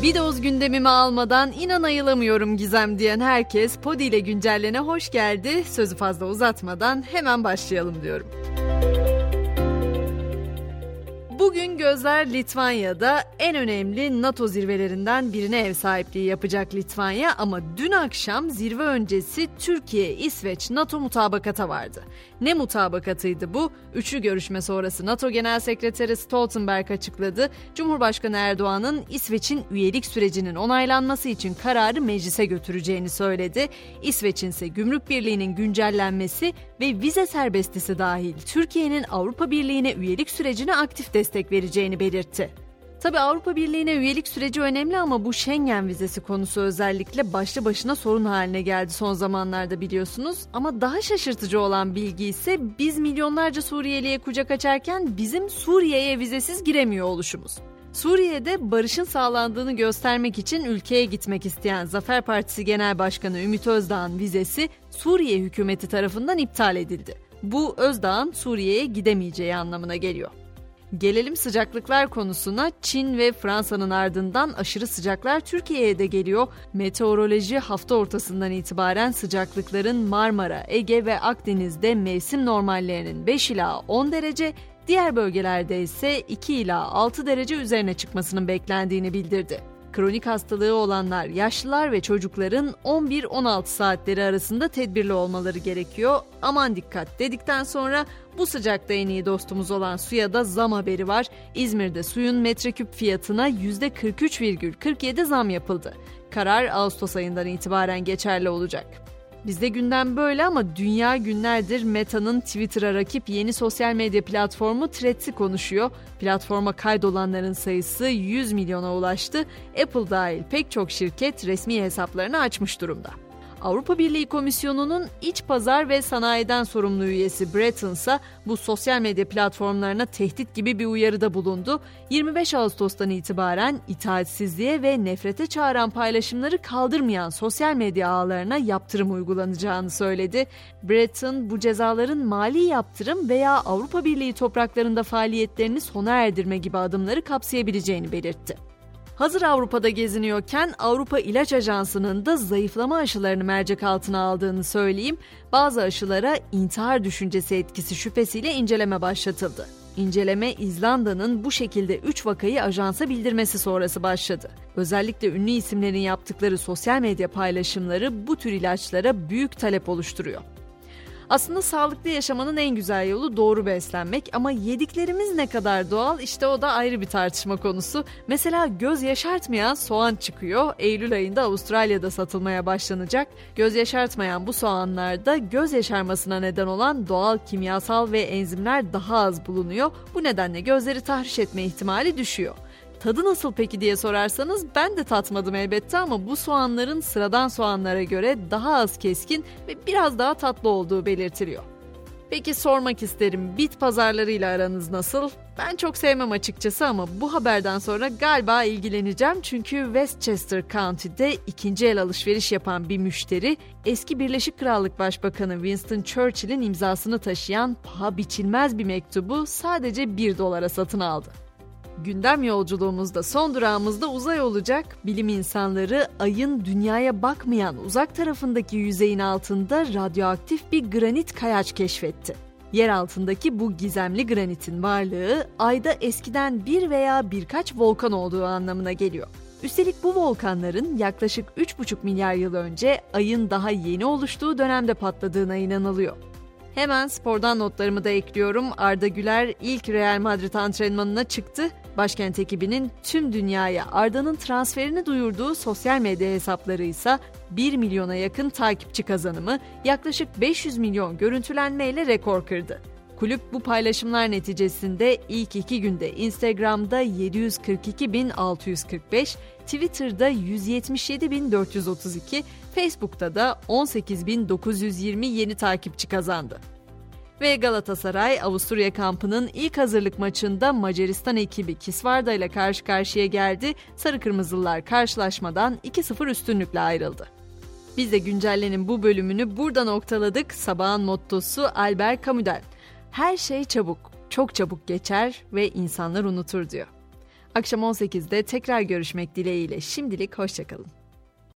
Bir doz gündemimi almadan inan ayılamıyorum Gizem diyen herkes Podi ile Güncellen'e hoş geldi. Sözü fazla uzatmadan hemen başlayalım diyorum. Bugün gözler Litvanya'da, en önemli NATO zirvelerinden birine ev sahipliği yapacak Litvanya, ama dün akşam zirve öncesi Türkiye-İsveç-NATO mutabakata vardı. Ne mutabakatıydı bu? Üçlü görüşme sonrası NATO Genel Sekreteri Stoltenberg açıkladı. Cumhurbaşkanı Erdoğan'ın İsveç'in üyelik sürecinin onaylanması için kararı meclise götüreceğini söyledi. İsveç'in ise Gümrük Birliği'nin güncellenmesi ve vize serbestisi dahil Türkiye'nin Avrupa Birliği'ne üyelik sürecine aktif destek vereceğini belirtti. Tabii Avrupa Birliği'ne üyelik süreci önemli ama bu Schengen vizesi konusu özellikle başlı başına sorun haline geldi son zamanlarda, biliyorsunuz. Ama daha şaşırtıcı olan bilgi ise biz milyonlarca Suriyeliye kucak açarken bizim Suriye'ye vizesiz giremiyor oluşumuz. Suriye'de barışın sağlandığını göstermek için ülkeye gitmek isteyen Zafer Partisi Genel Başkanı Ümit Özdağ'ın vizesi Suriye hükümeti tarafından iptal edildi. Bu Özdağ'ın Suriye'ye gidemeyeceği anlamına geliyor. Gelelim sıcaklıklar konusuna. Çin ve Fransa'nın ardından aşırı sıcaklar Türkiye'ye de geliyor. Meteoroloji hafta ortasından itibaren sıcaklıkların Marmara, Ege ve Akdeniz'de mevsim normallerinin 5 ila 10 derece, diğer bölgelerde ise 2 ila 6 derece üzerine çıkmasının beklendiğini bildirdi. Kronik hastalığı olanlar, yaşlılar ve çocukların 11-16 saatleri arasında tedbirli olmaları gerekiyor. Aman dikkat dedikten sonra bu sıcakta en iyi dostumuz olan suya da zam haberi var. İzmir'de suyun metreküp fiyatına %43,47 zam yapıldı. Karar Ağustos ayından itibaren geçerli olacak. Bizde gündem böyle ama dünya günlerdir Meta'nın Twitter'a rakip yeni sosyal medya platformu Threads'i konuşuyor. Platforma kaydolanların sayısı 100 milyona ulaştı. Apple dahil pek çok şirket resmi hesaplarını açmış durumda. Avrupa Birliği Komisyonu'nun iç pazar ve sanayiden sorumlu üyesi Breton ise bu sosyal medya platformlarına tehdit gibi bir uyarıda bulundu. 25 Ağustos'tan itibaren itaatsizliğe ve nefrete çağıran paylaşımları kaldırmayan sosyal medya ağlarına yaptırım uygulanacağını söyledi. Breton bu cezaların mali yaptırım veya Avrupa Birliği topraklarında faaliyetlerini sona erdirme gibi adımları kapsayabileceğini belirtti. Hazır Avrupa'da geziniyorken Avrupa İlaç Ajansı'nın da zayıflama aşılarını mercek altına aldığını söyleyeyim. Bazı aşılara intihar düşüncesi etkisi şüphesiyle inceleme başlatıldı. İnceleme İzlanda'nın bu şekilde 3 vakayı ajansa bildirmesi sonrası başladı. Özellikle ünlü isimlerin yaptıkları sosyal medya paylaşımları bu tür ilaçlara büyük talep oluşturuyor. Aslında sağlıklı yaşamanın en güzel yolu doğru beslenmek, ama yediklerimiz ne kadar doğal, işte o da ayrı bir tartışma konusu. Mesela göz yaşartmayan soğan çıkıyor. Eylül ayında Avustralya'da satılmaya başlanacak. Göz yaşartmayan bu soğanlarda göz yaşarmasına neden olan doğal kimyasal ve enzimler daha az bulunuyor. Bu nedenle gözleri tahriş etme ihtimali düşüyor. Tadı nasıl peki diye sorarsanız ben de tatmadım elbette, ama bu soğanların sıradan soğanlara göre daha az keskin ve biraz daha tatlı olduğu belirtiliyor. Peki sormak isterim, bit pazarlarıyla aranız nasıl? Ben çok sevmem açıkçası ama bu haberden sonra galiba ilgileneceğim, çünkü Westchester County'de ikinci el alışveriş yapan bir müşteri eski Birleşik Krallık Başbakanı Winston Churchill'in imzasını taşıyan paha biçilmez bir mektubu sadece $1 satın aldı. Gündem yolculuğumuzda son durağımızda uzay olacak. Bilim insanları Ay'ın dünyaya bakmayan uzak tarafındaki yüzeyin altında radyoaktif bir granit kayaç keşfetti. Yer altındaki bu gizemli granitin varlığı Ay'da eskiden bir veya birkaç volkan olduğu anlamına geliyor. Üstelik bu volkanların yaklaşık 3,5 milyar yıl önce Ay'ın daha yeni oluştuğu dönemde patladığına inanılıyor. Hemen spordan notlarımı da ekliyorum. Arda Güler ilk Real Madrid antrenmanına çıktı. Başkent ekibinin tüm dünyaya Arda'nın transferini duyurduğu sosyal medya hesapları ise 1 milyona yakın takipçi kazanımı, yaklaşık 500 milyon görüntülenmeyle rekor kırdı. Kulüp bu paylaşımlar neticesinde ilk 2 günde Instagram'da 742.645, Twitter'da 177.432, Facebook'ta da 18.920 yeni takipçi kazandı. Ve Galatasaray, Avusturya kampının ilk hazırlık maçında Macaristan ekibi Kisvarda ile karşı karşıya geldi. Sarı Kırmızılılar karşılaşmadan 2-0 üstünlükle ayrıldı. Biz de Güncellen'in bu bölümünü burada noktaladık. Sabahın mottosu Albert Camus'den: her şey çabuk, çok çabuk geçer ve insanlar unutur diyor. Akşam 18'de tekrar görüşmek dileğiyle şimdilik hoşçakalın.